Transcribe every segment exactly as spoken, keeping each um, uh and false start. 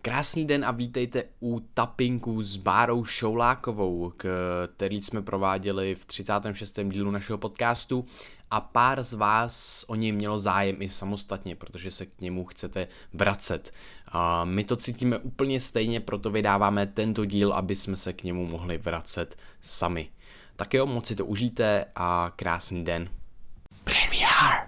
Krásný den a vítejte u tapinku s Bárou Šoulákovou, který jsme prováděli v třicátém šestém dílu našeho podcastu a pár z vás o něj mělo zájem i samostatně, protože se k němu chcete vracet. A my to cítíme úplně stejně, proto vydáváme tento díl, aby jsme se k němu mohli vracet sami. Tak jo, moc si to užijte a krásný den. Premiér!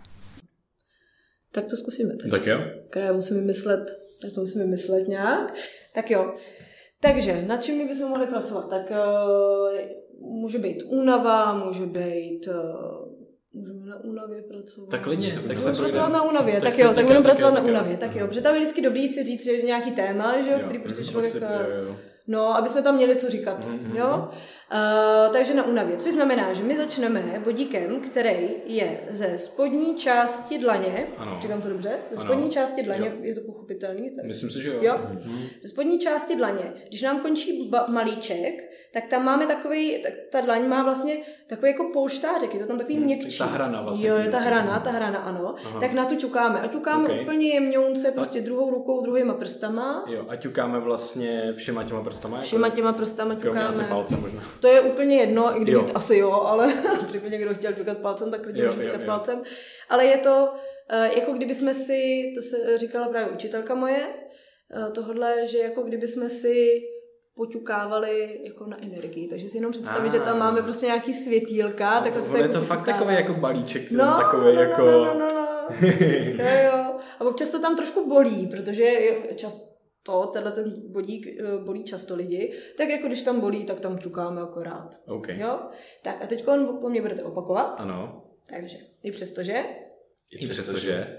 Tak to zkusíme. Tak, tak jo. Tak já musím vymyslet, já to musím vymyslet nějak. Tak jo. Takže, na čem my bychom mohli pracovat? Tak uh, může být únava, může být... Uh, můžeme na únavě pracovat. Tak klidně. Tak, tak se pracovat na únavě. Tak, tak jo, tak budeme pracovat na únavě. Tak jo, protože tam je vždycky dobrý si říct, že nějaký téma, že jo, který prostě člověk... Jo, jo. No, aby jsme tam měli co říkat, mm-hmm. jo. Uh, takže na únavě, což znamená, že my začneme bodíkem, který je ze spodní části dlaně, ano. Říkám to dobře? Ze spodní ano. části dlaně, jo. Je to pochopitelný? Tak? Myslím si, že jo. jo? Mm-hmm. Ze spodní části dlaně, když nám končí ba- malíček, tak tam máme takový, tak ta dlaň má vlastně takový jako polštářek, je to tam takový měkčí. Ta hrana vlastně. Jo, je ta hrana, ta hrana, ano. Aha. Tak na tu ťukáme. A ťukáme okay. úplně jemňounce, prostě druhou rukou, druhýma prstama. Jo, a ťukáme vlastně všema těma prstama. Všema těma prstama ťukáme. Asi palcem možná. To je úplně jedno, i kdyby to, asi jo, ale kdyby někdo chtěl ťukat palcem, tak klidně může ťukat palcem. Ale je to, jako kdyby jsme si, to se říkala právě učitelka moje, tohodle, že jako kdyby jsme si poťukávali jako na energii, takže si jenom představit, že tam máme prostě nějaký světýlka, tak prostě je to fakt takový jako balíček, no, takový no, jako... No, no, no, no. jo, jo. A občas to tam trošku bolí, protože často to, tenhle ten bodík bolí často lidi, tak jako když tam bolí, tak tam ťukáme akorát. Okay. Jo? Tak a teď po mně budete opakovat. Ano. Takže i přesto, že... I přesto, že...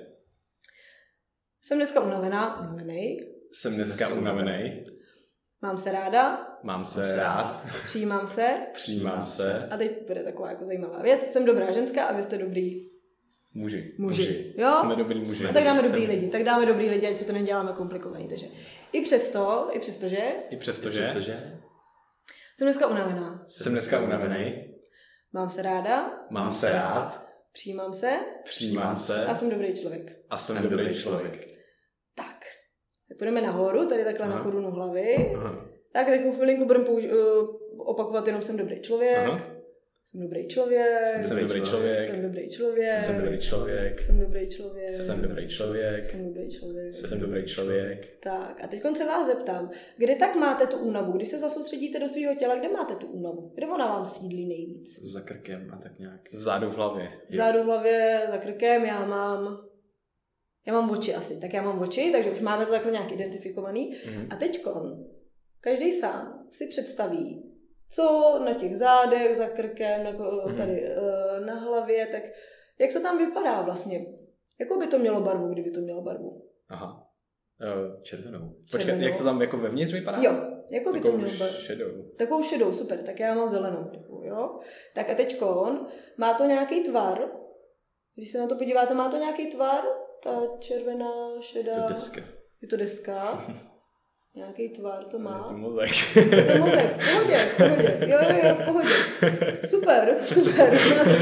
Jsem dneska unavená, unavenej. Jsem dneska unavenej. Mám se ráda. Mám se rád. Přijímám se. Přijímám se. A teď bude taková jako zajímavá věc. Jsem dobrá ženská a vy jste dobrý... Muži. Muži. Muži. Jo? Jsme dobrý muži. A tak dáme dobrý Jsem... lidi. Tak dáme dobrý lidi, ať si to neděláme komplikovaný. Takže i přesto, i přesto, že... I přesto, že... Jsem dneska unavená. Jsem dneska unavený. Mám se ráda. Mám se rád. Přijímám se. Přijímám se. A jsem dobrý člověk. A jsem dobrý člověk. Tak. Tak půjdeme nahoru, tady takhle Aha. na korunu hlavy. Aha. Tak takovou chvilinku budeme použi- uh, opakovat jenom jsem dobrý člověk. Aha. Jsem dobrý člověk. Jsem dobrý člověk. Jsem dobrý člověk. Jsem dobrý člověk. Jsem dobrý člověk. Jsem dobrý člověk. Jsem dobrý člověk. Jsem dobrý člověk. Tak a teď se vás zeptám, kde tak máte tu únavu? Když se zasoustředíte do svého těla, kde máte tu únavu? Kde ona vám sídlí nejvíc? Za krkem a tak nějak. Vzadu v hlavě. Vzadu v hlavě, za krkem, já mám... Já mám oči asi, tak já mám oči, takže už máme to takhle nějak identifikovaný. Mm-hmm. A teďkon, každý sám si představí, co na těch zádech, za krkem, tady mm. na hlavě, tak jak to tam vypadá vlastně? Jakou by to mělo barvu, kdyby to mělo barvu? Aha, červenou. Počkej, jak to tam jako vevnitř vypadá? Jo, jako by to mělo barvu. Šedou. Takovou šedou, super, tak já mám zelenou. Takovou, jo? Tak a teďkon, má to nějaký tvar? Když se na to podíváte, má to nějaký tvar? Ta červená, šedá... To deska. Je to deska. Nějaký tvar to má. Je to mozek. Je to mozek, v pohodě, v pohodě. Jo, jo, jo, v pohodě. Super, super.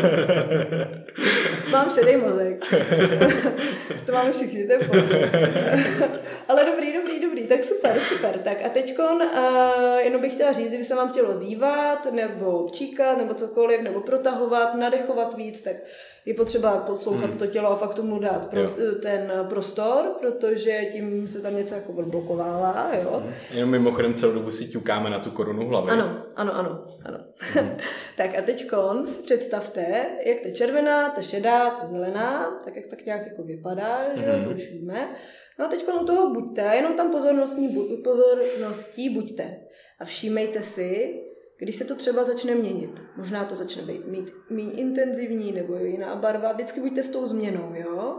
Mám šedý mozek. To máme všichni, to je v pohodě. Ale dobrý, dobrý, dobrý, tak super, super. Tak a teďkon, uh, jenom bych chtěla říct, kdyby se vám chtělo zívat, nebo číkat, nebo cokoliv, nebo protahovat, nadechovat víc, tak je potřeba poslouchat hmm. to tělo a fakt tomu dát pro, ten prostor, protože tím se tam něco jako odblokovává, jo. Hmm. Jenom mimochodem celou dobu si ťukáme na tu korunu hlavy. Ano, ano, ano, ano. Hmm. Tak a teďkon si představte, jak ta červená, ta šedá, ta zelená, tak jak tak nějak jako vypadá, že hmm. to už víme. No a teďkon u toho buďte, jenom tam pozorností, pozorností buďte. A všímejte si, když se to třeba začne měnit. Možná to začne být mít méně intenzivní nebo jiná barva. Vždycky buďte s tou změnou, jo?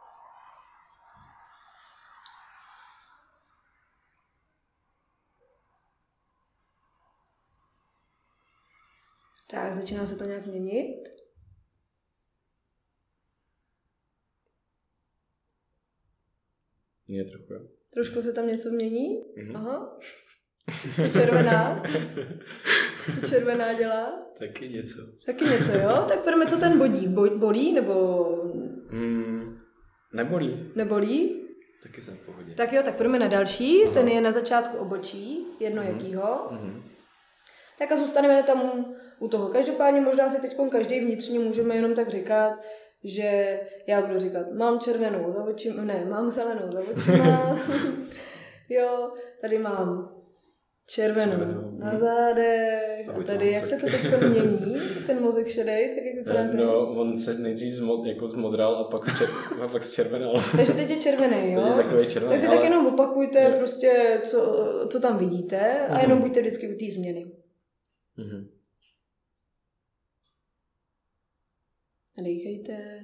Tak, začíná se to nějak měnit. Je trochu, jo. Trošku se tam něco mění? Mm-hmm. Aha. Co červená? Co červená dělá? Taky něco. Taky něco, jo? Tak pojďme, co ten bodí. Bo- bolí nebo... Mm, nebolí. Nebolí? Taky jsem v pohodě. Tak jo, tak půjdeme na další. Aha. Ten je na začátku obočí, jedno mm. jakýho. Mm-hmm. Tak a zůstaneme tam u toho. Každopádně možná si teď každý vnitřně můžeme jenom tak říkat, že já budu říkat, mám červenou za očima, ne, mám zelenou za očima. Jo, tady mám červenou, červenou. na zádech. A tady, jak se to teď mění, ten mozek šedej, tak jak vypadá ten? No, on se nejdřív zmod, jako zmodral a pak, zčer, a pak zčervenal. Takže teď je červený, jo? Teď je takový červený, tak si ale... tak jenom opakujte je. prostě, co, co tam vidíte a mm-hmm. jenom buďte vždycky u té změny. Mm-hmm. A dejchejte.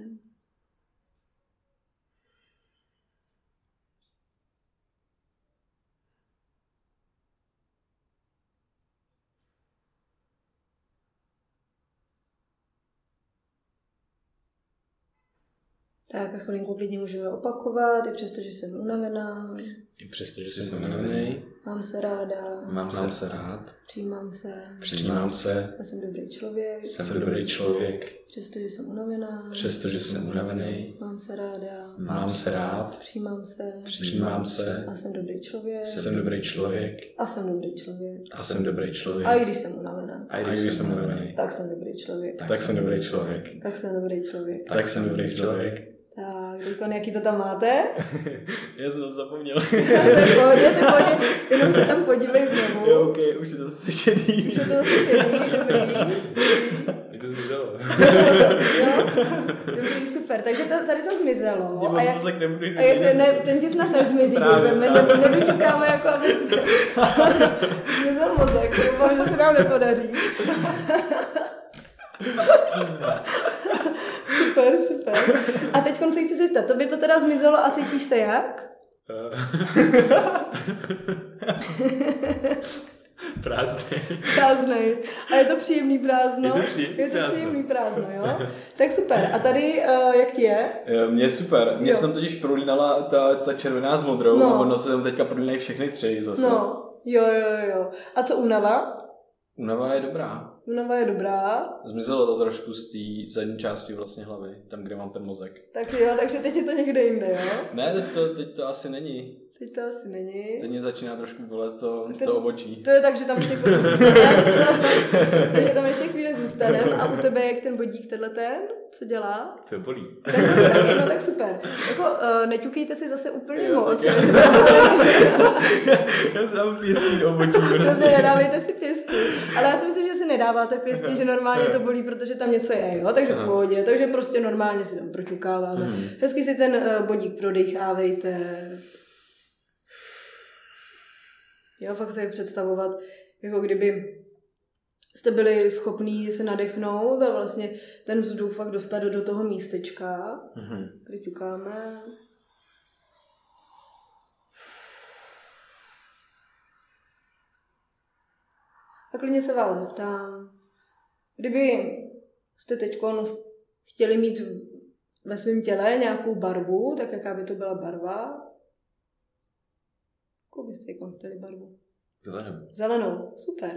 Tak a chvilinku klidně můžeme opakovat, i přesto, že jsem unavená. I přesto, že jsem unavený. Mám se ráda. Mám, mám se rád. Přijímám se. Přijímám se. Já jsem dobrý člověk. Jsem, jsem dobrý člověk. Přesto, že jsem unavená. Přesto, že jsem unavený. Mám se ráda. Mám se rád. Přijímám se. Přijímám se. A jsem dobrý člověk. Jsem dobrý člověk. A jsem dobrý člověk. A jsem dobrý člověk. A i když jsem unavená. A i když jsem unavený. Tak jsem dobrý člověk. Tak jsem dobrý člověk. Tak jsem dobrý člověk. Tak jsem dobrý člověk. Tak, teďko, jaký to tam máte? Já jsem to zapomněl. To je v pohodě, to je v pohodě, jenom se tam podívej znovu. Jo, ok, už je to zase šedý. Už je to zase šedý, dobrý. Je to zmizelo. Jo, dobrý, super, takže to, tady to zmizelo. A jak, a jak ne, ten ti snad nezmizí, protože my ne, nevyťukáme, jako aby zmizel mozek, doufám, že se nám nepodaří. Super, super. A teď se chci zeptat, tobě to teda zmizelo a cítíš se jak? Prázdnej. Prázdnej. A je to příjemný prázdno? Je to příjemný, je to prázdno. příjemný prázdno, jo? Tak super. A tady, uh, jak ti je? Mně je super. Mně se tam totiž prolínala ta, ta červená s modrou no. a ono se tam teďka prolínají všechny tři zase. No, jo, jo, jo. A co únava? Únava je dobrá. Únava je dobrá. Zmizelo to trošku z té zadní části vlastně hlavy, tam, kde mám ten mozek. Tak jo, takže teď je to někde jinde, jo? Ne, teď to, teď to asi není. Teď to asi není. Teď mě začíná trošku bolet to, Ten, to obočí. To je tak, že tam ještě chvíli zůstaneme. Takže tam ještě chvíli zůstaneme. A u tebe jak ten bodík tenhle ten? Co dělá? To bolí. Tak bolí, tak, no, tak super. Jako uh, neťukejte si zase úplně jo, moc. Já, já si dám pěstí do obočí. Prostě nedávejte si pěstí. Ale já si myslím, že si nedáváte pěstí, že normálně to bolí, protože tam něco je, jo? Takže v pohodě. Takže prostě normálně si tam proťukáváme. Hmm. Hezky si ten uh, bodík prodejchávejte. Jo, fakt se představovat, jako kdyby jste byli schopní se nadechnout a vlastně ten vzduch fakt dostat do, do toho místečka, mm-hmm. kde ťukáme. A klidně se vás zeptám, kdyby jste teď chtěli mít ve svém těle nějakou barvu, tak jaká by to byla barva? Jakou byste chtěli barvu? Zelenou. Zelenou, super.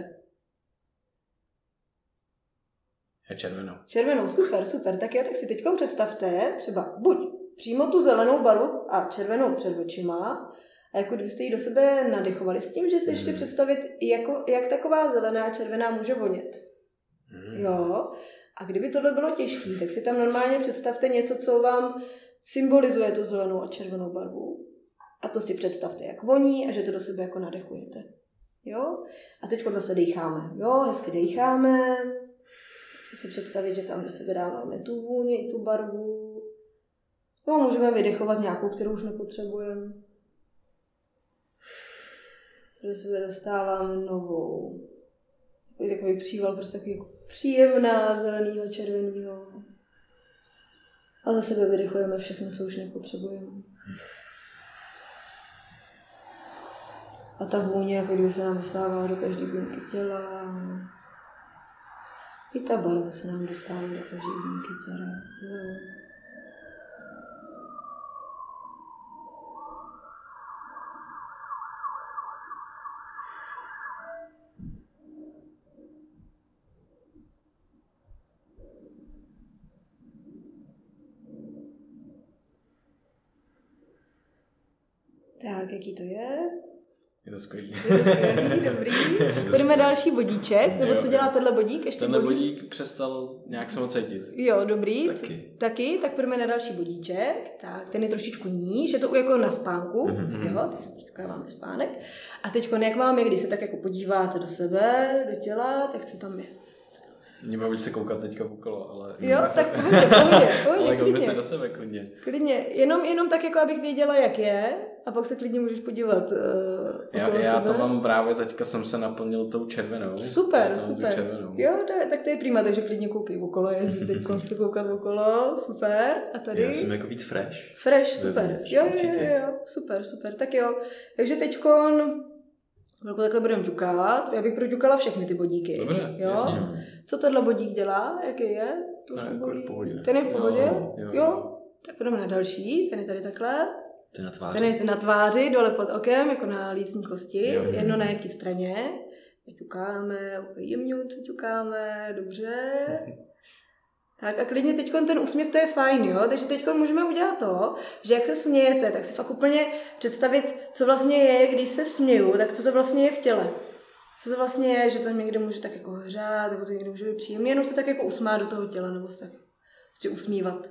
A červenou. Červenou, super, super. Tak jo, tak si teď představte třeba buď přímo tu zelenou barvu a červenou před očima, a jako kdybyste ji do sebe nadechovali s tím, že si ještě mm. představit, jako, jak taková zelená a červená může vonět. Mm. Jo. A kdyby tohle bylo těžké, tak si tam normálně představte něco, co vám symbolizuje tu zelenou a červenou barvu. A to si představte, jak voní a že to do sebe jako nadechujete. Jo? A teď zase dejcháme. Jo, hezky dejcháme. Chci si představit, že tam do sebe dáváme tu vůni i tu barvu. No, můžeme vydechovat nějakou, kterou už nepotřebujeme. Do sebe dostáváme novou. Takový, takový příval, prostě takový jako příjemná, zelenýho, červenýho. A za sebe vydechujeme všechno, co už nepotřebujeme. A ta vůně, jako kdyby se nám dostávala do každé buňky těla. I ta barva se nám dostává do každé buňky těla. těla. Tak, jaký to je? Je to skvělý. Je to skvělý, dobrý. Půjdeme další bodíček, nebo co dělá tenhle bodík? Ještě tenhle bodík? bodík přestal nějak se cítit. Jo, dobrý. Taky. Co, taky, tak půjdeme na další bodíček. Tak, ten je trošičku níž, je to jako na spánku. Mm-hmm. Jo, tak máme spánek. A teď, jak vám je, když se tak jako podíváte do sebe, do těla, tak co tam je? Mě baví se koukat teďka okolo, ale... Jo, tak pohodě, pohodě, pohodě, ale klidně. se do sebe, klidně. Klidně, jenom, jenom tak, jako abych věděla, jak je, a pak se klidně můžeš podívat uh, já, já to mám právě, teďka jsem se naplnil tou červenou. Super, super. Červenou. Jo, ne, tak to je prima, takže klidně koukej okolo, jestli teď se koukat okolo, super. A tady? Já jsem jako víc fresh. Fresh, super. Jo, jo, jo, jo, super, super. Tak jo, takže teďkon... Velkou takhle budeme ťukat. Já bych proťukala všechny ty bodíky. Dobře, jo? jasně. Co tenhle bodík dělá? Jaký je? Ne, jako v pohodě. Ten je v pohodě? Jo, jo, jo. Tak půjdeme na další. Ten je tady takhle. Ten na tváři. Ten je na tváři, dole pod okem, jako na lícní kosti. Jo. Jedno na jaký straně. Ťukáme, úplně jemňuce ťukáme, dobře. Tak a klidně teďkon ten úsměv, to je fajn, jo? Takže teďkon můžeme udělat to, že jak se smějete, tak si fakt úplně představit, co vlastně je, když se směju, tak co to vlastně je v těle. Co to vlastně je, že to někde může tak jako hřát, nebo to někde může být příjemný, jenom se tak jako usmát do toho těla, nebo se tak prostě usmívat.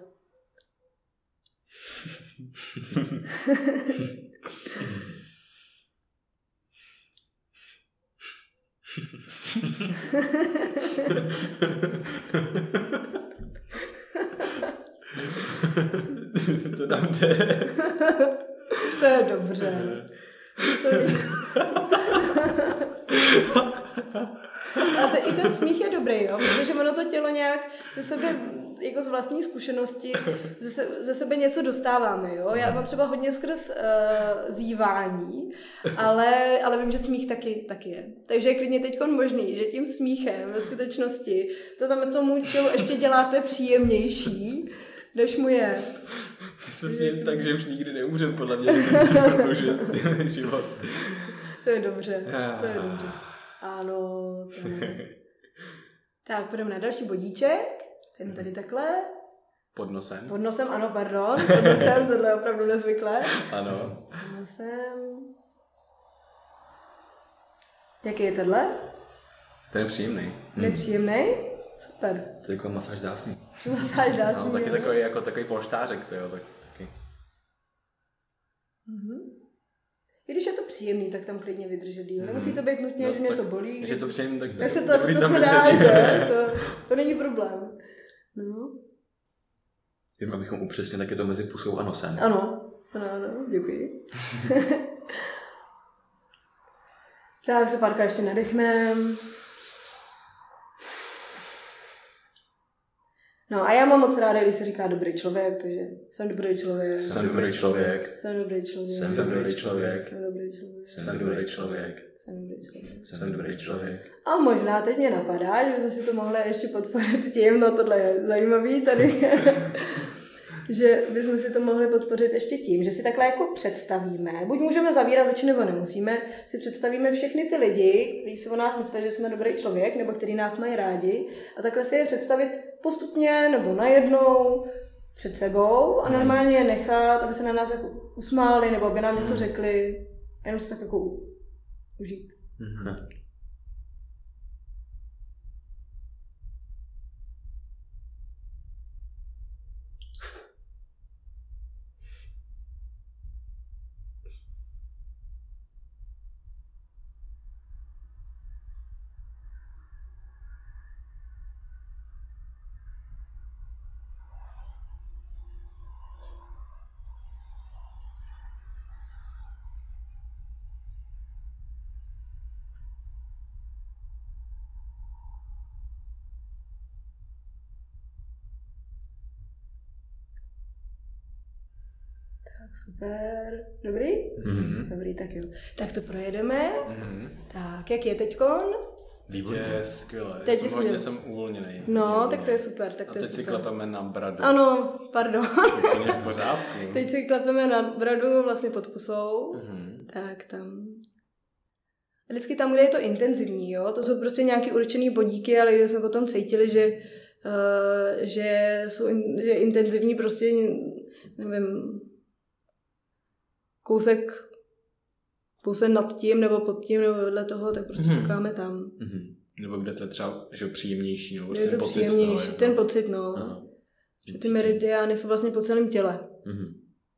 To tam jde. To je dobře. A te, i ten smích je dobrý, jo? Protože ono to tělo nějak ze sebe, jako z vlastní zkušenosti, ze, se, ze sebe něco dostáváme, jo? Já mám třeba hodně skrz uh, zívání, ale, ale vím, že smích taky, taky je. Takže je klidně teďkon možný, že tím smíchem ve skutečnosti to tam tomu tělu ještě děláte příjemnější, než mu je. Ty se smějím tak, že už nikdy neumřem, podle mě, se smím prodloužuje život. To je dobře, to je dobře. Ano, tak. Tak, půjdeme na další bodíček. Ten tady takhle. Pod nosem. Pod nosem, ano, pardon. Pod nosem, tohle je opravdu nezvyklé. Ano. Pod nosem. Jaký je tenhle? Ten je příjemný. Ten je příjemný? Super. To je jako masáž dásný. Masáž dásný. No, taky takový, jako takový polštářek, to jo, tak, taky. Mhm. I když je to příjemný, tak tam klidně vydržet díl. Nemusí to být nutně, no, že mě tak, to bolí. Když je to příjemný, tak, tak se to, to, to se dá, že? To, to není problém. No. Jen abychom upřesnili, tak je to mezi pusou a nosem. Ano, ano, ano, děkuji. Tak se párkrát ještě nadechneme. No a já mám moc ráda, když se říká dobrý člověk, takže jsem dobrý člověk. Jsem dobrý člověk. Jsem dobrý člověk. Jsem dobrý člověk. Jsem dobrý člověk. Jsem dobrý člověk. Jsem dobrý člověk. Jsem dobrý člověk. A možná teď mě napadá, že bychom si to mohli ještě podpořit tím, no tohle je zajímavý tady, že bychom si to mohli podpořit ještě tím, že si takhle jako představíme, buď můžeme zavírat oči, nebo nemusíme, si představíme všechny ty lidi, kteří si o nás myslí, že jsme dobrý člověk, nebo kteří nás mají rádi, a takhle si je představit postupně, nebo najednou před sebou a normálně je nechat, aby se na nás jako usmáli, nebo aby nám něco řekli, jenom si tak jako užít. Mm-hmm. Super. Dobrý? Mm-hmm. Dobrý, tak jo. Tak to projedeme. Mm-hmm. Tak, jak je teďkon? Výborně. Je skvělé. Teď jsem hodně jsem uvolněný. No, uvolněný. Tak to je super. Tak a to teď je si super. klepeme na bradu. Ano, pardon. Úplně v pořádku. Teď si klepeme na bradu vlastně pod pusou. Mm-hmm. Tak tam. Vždycky tam, kde je to intenzivní, jo. To jsou prostě nějaký určený bodíky, ale když jsme potom cítili, že, uh, že jsou in, že intenzivní prostě, nevím, kousek pouze nad tím, nebo pod tím, nebo vedle toho, tak prostě hmm. koukáme tam. Mm-hmm. Nebo kde to je třeba že příjemnější, nebo je to pocit příjemnější, toho, ten pocit, no. Aha. Že ty meridiány jsou vlastně po celém těle. Mm-hmm.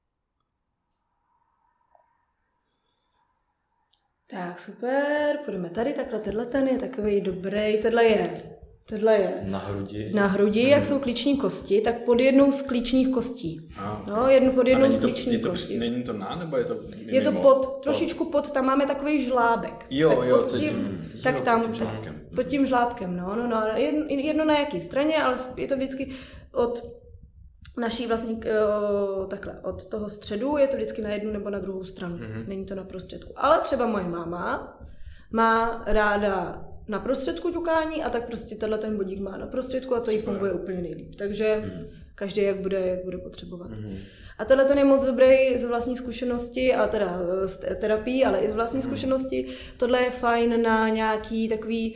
Tak, super, půjdeme tady, takhle, tenhle ten je takový dobrý, tenhle je, tenhle je. Na hrudi. Na hrudi, mm. jak jsou klíční kosti, tak pod jednou z klíčních kostí. Ah, okay. No, jednu pod jednou z to, klíčních to, kostí. Není to na, nebo je to mimo? Je to pod, trošičku pod, tam máme takový žlábek. Jo, tak jo, pod tím, tím, tak jo, tam, pod tím tak, pod tím žlábkem, no, no, no, jedno, jedno na jaký straně, ale je to vždycky od naší vlastní, o, takhle, od toho středu je to vždycky na jednu nebo na druhou stranu. Mm-hmm. Není to na prostředku. Ale třeba moje máma má ráda na prostředku ťukání a tak prostě tenhle ten bodík má na prostředku a to jí funguje úplně nejlíp. Takže mm. každý jak bude, jak bude potřebovat. Mm. A tenhle ten je moc dobrý z vlastní zkušenosti a teda z terapii, ale i z vlastní mm. zkušenosti. Tohle je fajn na nějaký takový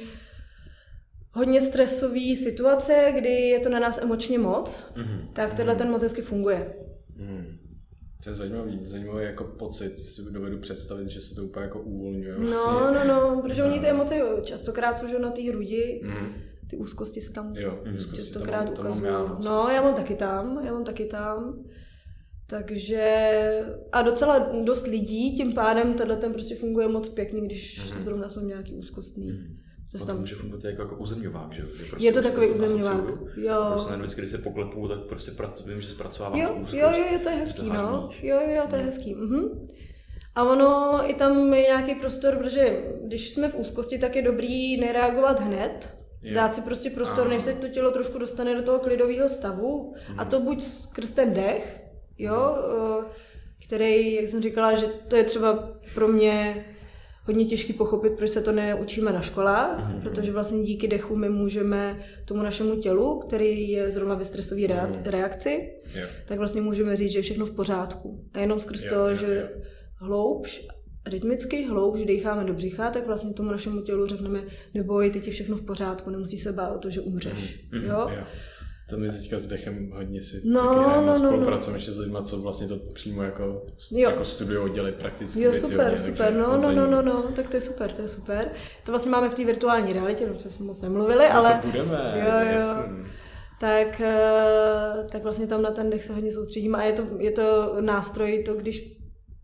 hodně stresový situace, kdy je to na nás emočně moc, mm. tak tenhle ten moc hezky funguje. Mm. To je zajímavý, zajímavý jako pocit, si dovedu představit, že se to úplně jako uvolňuje. No, vlastně. no, no, protože oni ty emoce častokrát jsou na té hrudi, mm. ty úzkosti se tam jo, častokrát tam, tam ukazují. já, no, já mám taky tam, já mám taky tam. Takže a docela dost lidí, tím pádem tenhle ten prostě funguje moc pěkně, když mm. zrovna jsme nějaký úzkostný. Mm. To tam může fungovat jako, jako uzemňovák, že? Prostě je to takový uzemňovák, jo. Prostě najednou vždycky, když se poklepu, tak prostě pracu, vím, že zpracovávám jo, tu úzkost. Jo, jo, jo, to je hezký, to no. Jo, jo, jo, to je hezký. Mhm. A ono, i tam je nějaký prostor, protože když jsme v úzkosti, tak je dobrý nereagovat hned, jo. Dát si prostě prostor, než se to tělo trošku dostane do toho klidového stavu, mhm. a to buď skrz ten dech, jo, který, jak jsem říkala, že to je třeba pro mě hodně těžký pochopit, proč se to neučíme na školách, mm-hmm. protože vlastně díky dechu my můžeme tomu našemu tělu, který je zrovna ve stresové mm-hmm. reakci, yeah. tak vlastně můžeme říct, že je všechno v pořádku. A jenom skrz yeah, to, yeah, že yeah. hloubš, rytmicky hloubš dýcháme do břicha, tak vlastně tomu našemu tělu řekneme, neboj, teď je všechno v pořádku, nemusí se bát o to, že umřeš. Mm-hmm. Jo? Yeah. To mi teďka s dechem hodně si no, taky hrajeme no, no, spolupracujeme ještě s lidmi, co vlastně to přímo jako, jako studují, dělají prakticky jo, věci. Super, hodně, super, no, no, no, no, no, tak to je super, to je super. To vlastně máme v té virtuální realitě, no, co jsme moc nemluvili, no, ale... to budeme, jo, jo. Tak, tak vlastně tam na ten dech se hodně soustředíme a je to, je to nástroj, to když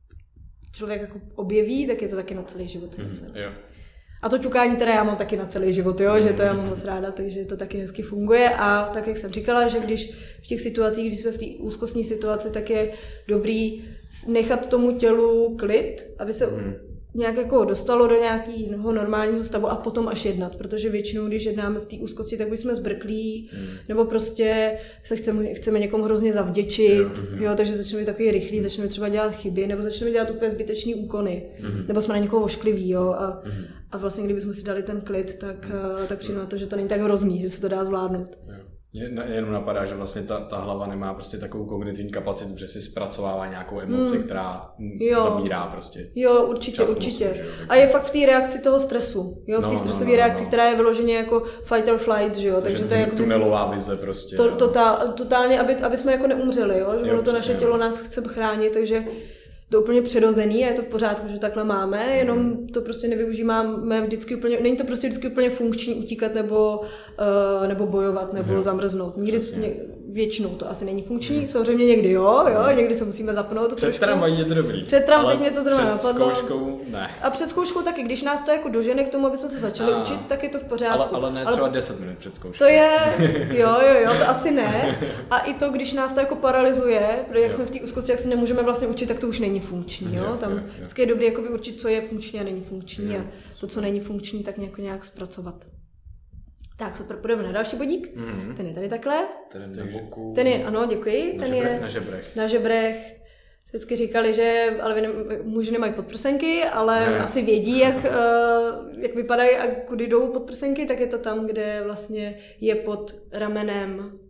člověk jako objeví, tak je to taky na celý život. Mm, jo. A to ťukání teda já mám taky na celý život, jo, že to já mám moc ráda, takže to taky hezky funguje a tak, jak jsem říkala, že když v těch situacích, když jsme v té úzkostní situaci, tak je dobrý nechat tomu tělu klid, aby se mm. nějak jako dostalo do nějakého normálního stavu a potom až jednat, protože většinou, když jednáme v té úzkosti, tak už jsme zbrklí, mm. nebo prostě se chceme, chceme někomu hrozně zavděčit, jo, jo, takže začneme být takový rychlý, začneme třeba dělat chyby, nebo začneme dělat úplně zbytečný úkony, mm. nebo jsme na někoho oškliví, jo, a, mm. a vlastně kdybychom si dali ten klid, tak, mm. tak přijde na to, že to není tak hrozný, že se to dá zvládnout. Jo. Mě jenom napadá, že vlastně ta, ta hlava nemá prostě takovou kognitivní kapacitu, že si zpracovává nějakou emoci, hmm. která jo. zabírá prostě. Jo, určitě, určitě. Mozku, a je fakt v té reakci toho stresu, jo, v té no, stresové no, no, reakci, no. která je vyloženě jako fight or flight, že jo, takže to je jako tunelová vize prostě. To, totál, totálně, aby, aby jsme jako neumřeli, jo, že jo, to naše tělo nás chce chránit, takže to úplně přirozený a je to v pořádku, že takhle máme, jenom to prostě nevyužíváme vždycky úplně, není to prostě vždycky úplně funkční utíkat nebo, uh, nebo bojovat nebo jo. zamrznout. Nikdy, ně, většinou to asi není funkční, hmm. samozřejmě někdy jo, jo, někdy se musíme zapnout. Před tramvají je to dobrý. Před tram, teď mě to zrovna napadlo. Před zkouškou ne. A před zkouškou taky, když nás to jako dožene k tomu, aby jsme se začali a. učit, tak je to v pořádku. Ale, ale ne třeba ale deset minut před zkouškou. To je, jo, jo, jo, to asi ne. A i to, když nás to jako paralyzuje, protože jak jo. jsme v té úzkosti, jak se nemůžeme vlastně učit, tak to už není funkční, jo. Tam jo, jo. vždycky je dobré jakoby určit, co je funkční a není funkční jo. a to, co není funkční, tak nějak, nějak zpracovat. Tak, super, půjdeme na další bodík. Mm-hmm. Ten je tady takhle. Ten je na boku. Ten je, ano, děkuji. Na ten žebrech, je na žebrech. Na žebrech. Vždycky říkali, že ale vy ne, muži nemají podprsenky, ale ne. asi vědí, jak, uh, jak vypadají a kudy jdou podprsenky, tak je to tam, kde vlastně je pod ramenem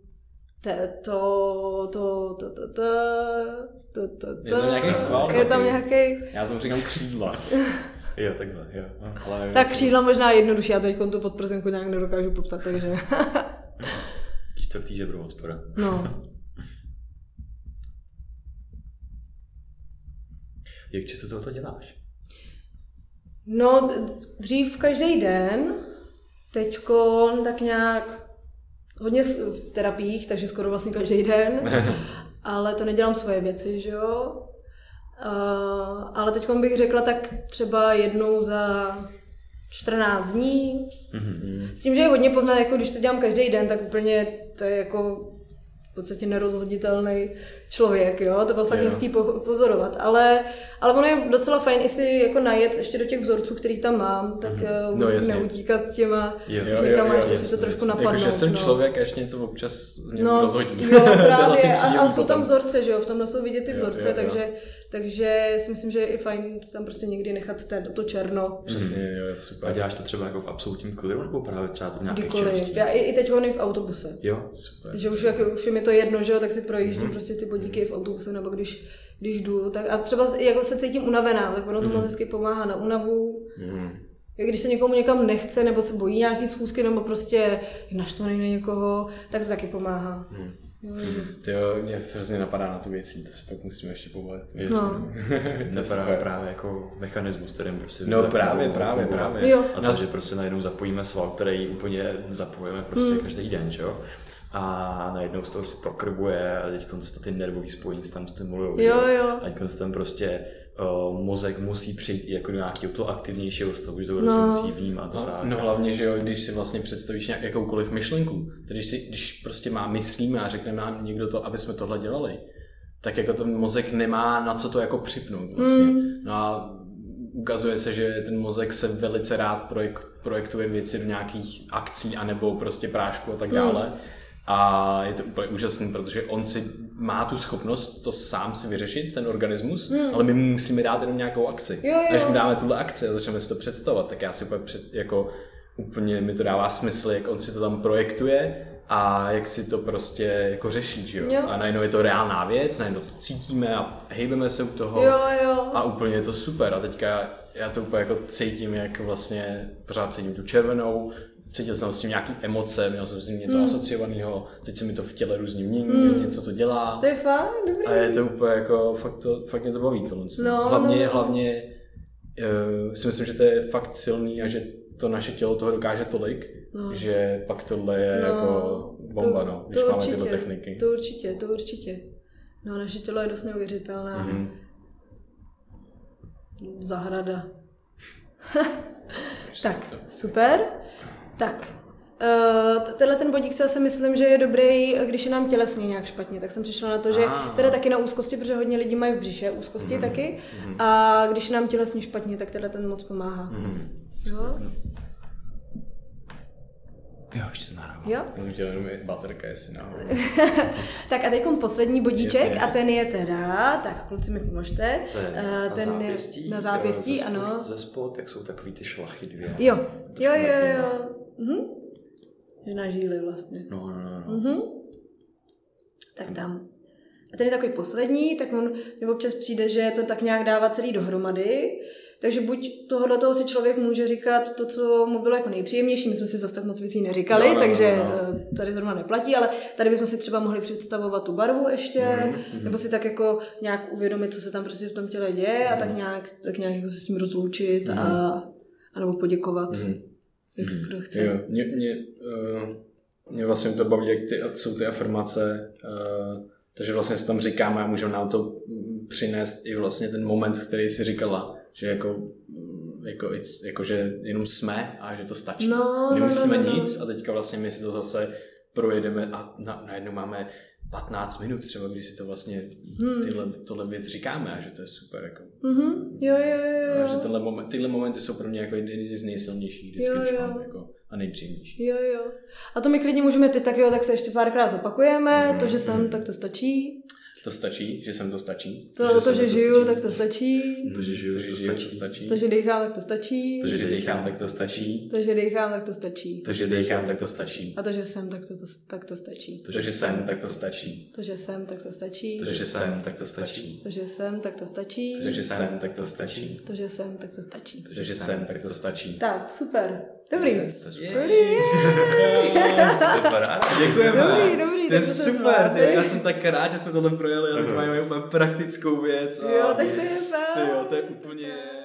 to, to, to, to, to, to, to, to. Je tam nějaký sval? Je tam nějaký... Já tomu říkám křídla. Jo, takhle, jo. No, ale tak křídla možná jednodušší, já teď tu podprsenku nějak nedokážu popsat, takže... Čtvrtý žebro od spora. No. Jak často tohoto děláš? No, dřív každý den, teďko tak nějak hodně v terapiích, takže skoro vlastně každý den, ale to nedělám svoje věci, že jo. Uh, ale teď bych řekla tak třeba jednou za čtrnáct dní. Mm-hmm. S tím, že je hodně poznat, jako když to dělám každý den, tak úplně to je jako v podstatě nerozhoditelný člověk, jo, to bylo fakt hezký po- pozorovat, ale, ale ono je docela fajn i si jako najet ještě do těch vzorců, který tam mám, tak mm-hmm. uh, no, neutíkat těma někam a ještě si to trošku napadnout. Jakože jsem no. člověk a ještě něco občas mě no, rozhodí. Jo, právě, vlastně a, a jsou tam vzorce, že jo, v tom jsou vidět ty vzorce, jo, jo, takže, jo. takže si myslím, že je i fajn tam prostě někdy nechat to černo. Přesně, jo, super. A děláš to třeba jako v absolutním klidu, nebo právě třeba to nějakých Kdykoliv. činností? Já i, i teď hony v autobuse. Jo, super. Že už, jak, už je mi to jedno, že jo, tak si projíždím mm. prostě ty bodíky v autobuse, nebo když, když jdu, tak a třeba jako se cítím unavená, tak ono to mm. moc hezky pomáhá na únavu. Mm. Když se někomu někam nechce, nebo se bojí nějaký schůzky, nebo prostě je naštvaný na někoho, tak to taky pomáhá. Mm. Jo, Ty jo, mě hrozně napadá na tu věcí, to se pak musíme ještě pobavit. No. To je právě, právě jako mechanismus, kterým prostě... No právě, právě, právě. Jo. A to, že prostě najednou zapojíme sval, který úplně zapojíme prostě mm. každý den, čo? A najednou z toho si prokrbuje a teď ty nervový spojení se tam stimulují, jo, jo. A teď tam prostě uh, mozek musí přejít jako do nějakého toho aktivnějšího stavu, že to prostě no. musí vnímat. No, tak. no hlavně, že jo, když si vlastně představíš nějak, jakoukoliv myšlenku, když, si, když prostě má myslíme a řekne nám někdo to, aby jsme tohle dělali, tak jako ten mozek nemá na co to jako připnout vlastně. Mm. No a ukazuje se, že ten mozek se velice rád projek, projektuje věci do nějakých akcí anebo prostě prášku a tak dále. Mm. A je to úplně úžasný, protože on si má tu schopnost to sám si vyřešit, ten organismus, mm. ale my mu musíme dát jenom nějakou akci. Jo, jo. A když mu dáme tuhle akci a začneme si to představovat, tak já si úplně před, jako úplně mi to dává smysl, jak on si to tam projektuje a jak si to prostě jako řeší, že jo? jo. A najednou je to reálná věc, najednou to cítíme a hejbeme se u toho jo, jo. a úplně je to super. A teďka já to úplně jako cítím, jak vlastně pořád cítím tu červenou, cítil jsem s tím nějaký emoce, měl jsem s tím něco mm. asociovaného, teď se mi to v těle různě mění, mm. něco to dělá. To je fajn, dobrý. A je to úplně jako, fakt, to, fakt mě to baví tohle. No, hlavně, no, no. hlavně uh, si myslím, že to je fakt silný a že to naše tělo toho dokáže tolik, no. že pak tohle je no, jako bomba, to, no, když to máme určitě, tyhle techniky. To určitě, to určitě. No, naše tělo je dost neuvěřitelné. Mm-hmm. Zahrada. Tak, super. Tak, uh, tenhle ten bodík si asi myslím, že je dobrý, když je nám tělesně nějak špatně, tak jsem přišla na to, že teda taky na úzkosti, protože hodně lidí mají v břiše úzkosti mm-hmm. taky, mm-hmm. a když je nám tělesně špatně, tak tenhle ten moc pomáhá. Mm-hmm. Jo? Jo, ještě to nahrávám. Jo? Můžu tě jenom je baterka, jestli náhodou. Tak a teď poslední bodíček Jasně. a ten je teda, tak kluci mi pomožte. To je uh, na ten zápěstí, je na zápěstí, ze ano. Spod, ze spod, jak jsou takový ty šlachy dvě. Jo, jo, jo, jo. Mhm. Že na žíly vlastně. No, no, no. no. Mhm. Tak tam. A ten je takový poslední, tak on nebo občas přijde, že to tak nějak dává celý dohromady. Takže buď tohohle toho si člověk může říkat to, co mu bylo jako nejpříjemnější, my jsme si zase tak moc věcí neříkali, no, no, takže no, no. tady zrovna neplatí, ale tady bychom si třeba mohli představovat tu barvu ještě, mm-hmm. nebo si tak jako nějak uvědomit, co se tam prostě v tom těle děje a tak nějak, tak nějak jako se s tím rozloučit mm-hmm. a, a nebo poděkovat, mm-hmm. jak kdo chce. Jo, mě, mě, uh, mě vlastně to baví, jak ty, jsou ty afirmace, uh, takže vlastně se tam říkáme a můžeme nám to přinést i vlastně ten moment, který jsi říkala, že jako, jako, jako že jenom jsme a že to stačí. No, Nemusíme no, no, no. nic a teďka vlastně my si to zase projedeme a na, najednou máme patnáct minut třeba, když si to vlastně hmm. tyhle, tohle věc říkáme a že to je super. Jako. Mm-hmm. Jo, jo, jo. A že tenhle moment, tyhle momenty jsou pro mě jako jedny z nejsilnějších vždycky, jo, když jo. mám jako, a nejpříjemnější. Jo, jo. A to my klidně můžeme ty tak jo, tak se ještě párkrát zopakujeme, mm-hmm. to, že jsem, tak to stačí. To stačí, že jsem to stačí. To, to, že, to, že žiju, stačí. tak to stačí. To, že žiju, to, žiju, to stačí. To, že dýchám, tak to stačí. To, že dýchám, tak to stačí. To, že dýchám, tak to stačí. To, že dýchám, tak to stačí. A to, že jsem, tak to, to, tak to stačí. To, že jsem, tak to stačí. To, že jsem, tak to stačí. To, že jsem, tak to stačí. To, že jsem, tak to stačí. To, že jsem, tak to stačí. To, že jsem, tak to stačí. To, že jsem, tak to stačí. Tak, super. Dobrý. Dobrý. Děkujeme. Dobrý, dobrý. To je super. Já jsem tak rád, že jsme tohle projeli, ale to máme úplně praktickou věc. Jo, tak to je fajn. Jo, to je úplně...